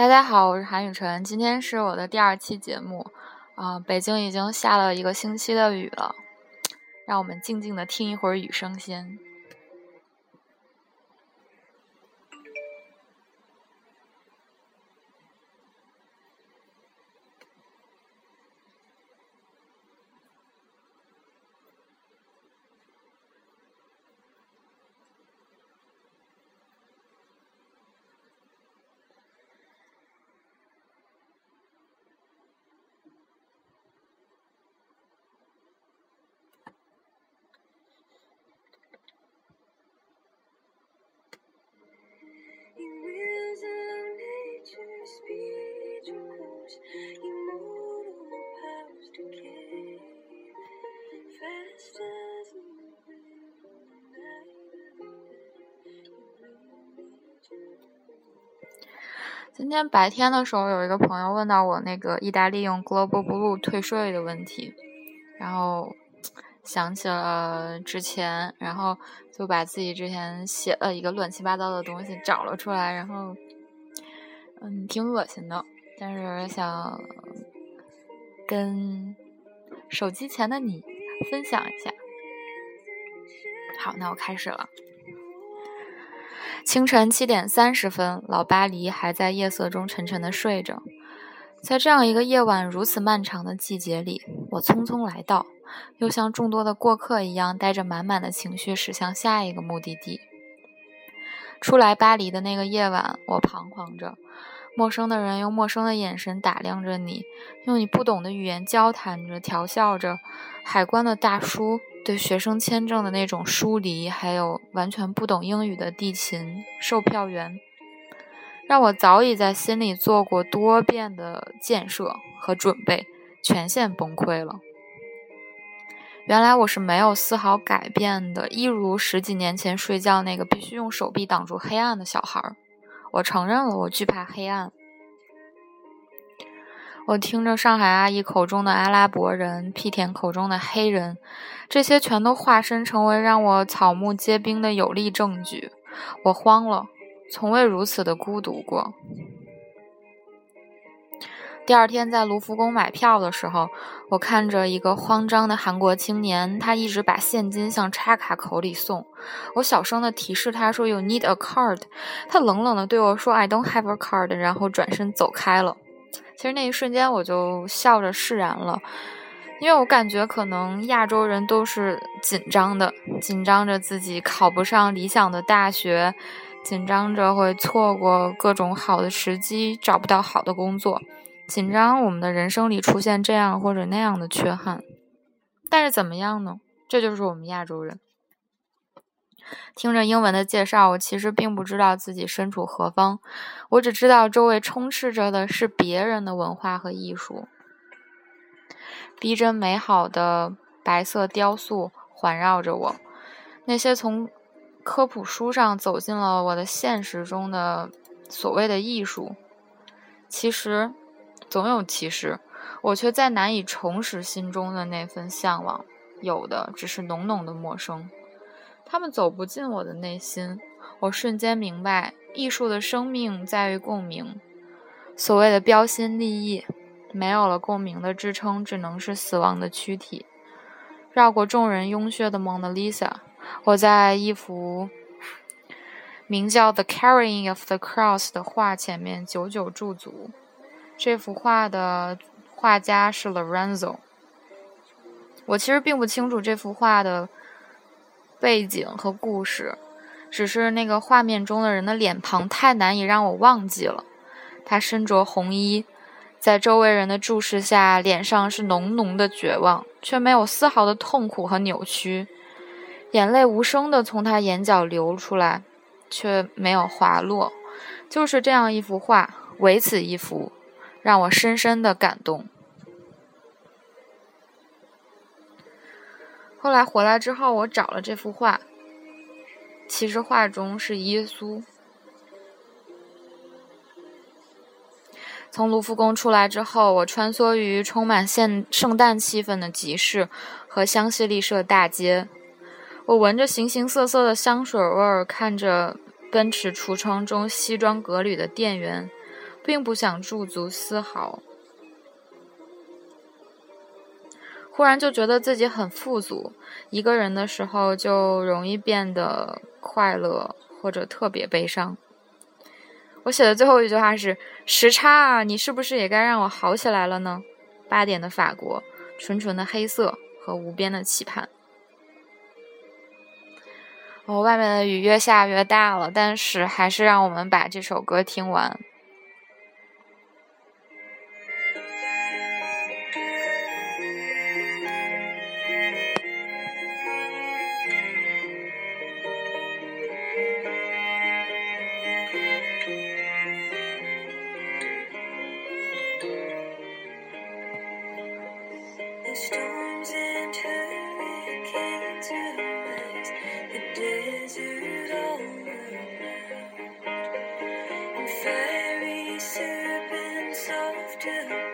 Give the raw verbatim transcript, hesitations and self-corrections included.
大家好，我是韩雨晨，今天是我的第二期节目啊、呃，北京已经下了一个星期的雨了，让我们静静的听一会儿雨声先。今天白天的时候，有一个朋友问到我那个意大利用 Global Blue 退税的问题，然后想起了之前，然后就把自己之前写了一个乱七八糟的东西找了出来，然后嗯，挺恶心的，但是想跟手机前的你分享一下。好，那我开始了。清晨七点三十分，老巴黎还在夜色中沉沉地睡着。在这样一个夜晚如此漫长的季节里，我匆匆来到，又像众多的过客一样，带着满满的情绪驶向下一个目的地。初来巴黎的那个夜晚，我彷徨着，陌生的人用陌生的眼神打量着你，用你不懂的语言交谈着，调笑着。海关的大叔对学生签证的那种疏离，还有完全不懂英语的地勤售票员，让我早已在心里做过多遍的建设和准备，全线崩溃了。原来我是没有丝毫改变的，一如十几年前睡觉那个必须用手臂挡住黑暗的小孩。我承认了，我惧怕黑暗。我听着上海阿姨口中的阿拉伯人，屁田口中的黑人，这些全都化身成为让我草木皆兵的有力证据。我慌了，从未如此的孤独过。第二天在卢浮宫买票的时候，我看着一个慌张的韩国青年，他一直把现金向插卡口里送。我小声的提示他说 You need a card， 他冷冷的对我说 I don't have a card， 然后转身走开了。其实那一瞬间我就笑着释然了，因为我感觉可能亚洲人都是紧张的，紧张着自己考不上理想的大学，紧张着会错过各种好的时机，找不到好的工作，紧张我们的人生里出现这样或者那样的缺憾。但是怎么样呢？这就是我们亚洲人。听着英文的介绍，我其实并不知道自己身处何方，我只知道周围充斥着的是别人的文化和艺术。逼真美好的白色雕塑环绕着我，那些从科普书上走进了我的现实中的所谓的艺术，其实总有其实，我却再难以重拾心中的那份向往，有的只是浓浓的陌生。他们走不进我的内心，我瞬间明白，艺术的生命在于共鸣。所谓的标新立异，没有了共鸣的支撑，只能是死亡的躯体。绕过众人拥穴的蒙娜丽莎，我在一幅名叫 The Carrying of the Cross 的画前面久久驻足。这幅画的画家是 Lorenzo。 我其实并不清楚这幅画的背景和故事，只是那个画面中的人的脸庞太难以让我忘记了。他身着红衣，在周围人的注视下，脸上是浓浓的绝望，却没有丝毫的痛苦和扭曲，眼泪无声地从他眼角流出来，却没有滑落。就是这样一幅画，唯此一幅，让我深深的感动。后来回来之后，我找了这幅画，其实画中是耶稣。从卢浮宫出来之后，我穿梭于充满现圣诞气氛的集市和香榭丽舍大街，我闻着形形色色的香水味儿，看着奔驰橱窗中西装革履的店员， 并不想驻足丝毫。忽然就觉得自己很富足，一个人的时候就容易变得快乐或者特别悲伤。我写的最后一句话是：时差啊，你是不是也该让我好起来了呢？八点的法国，纯纯的黑色和无边的期盼。哦，外面的雨越下越大了，但是还是让我们把这首歌听完。 The storms and hurricanes arise, the desert all around, and fiery serpents soft to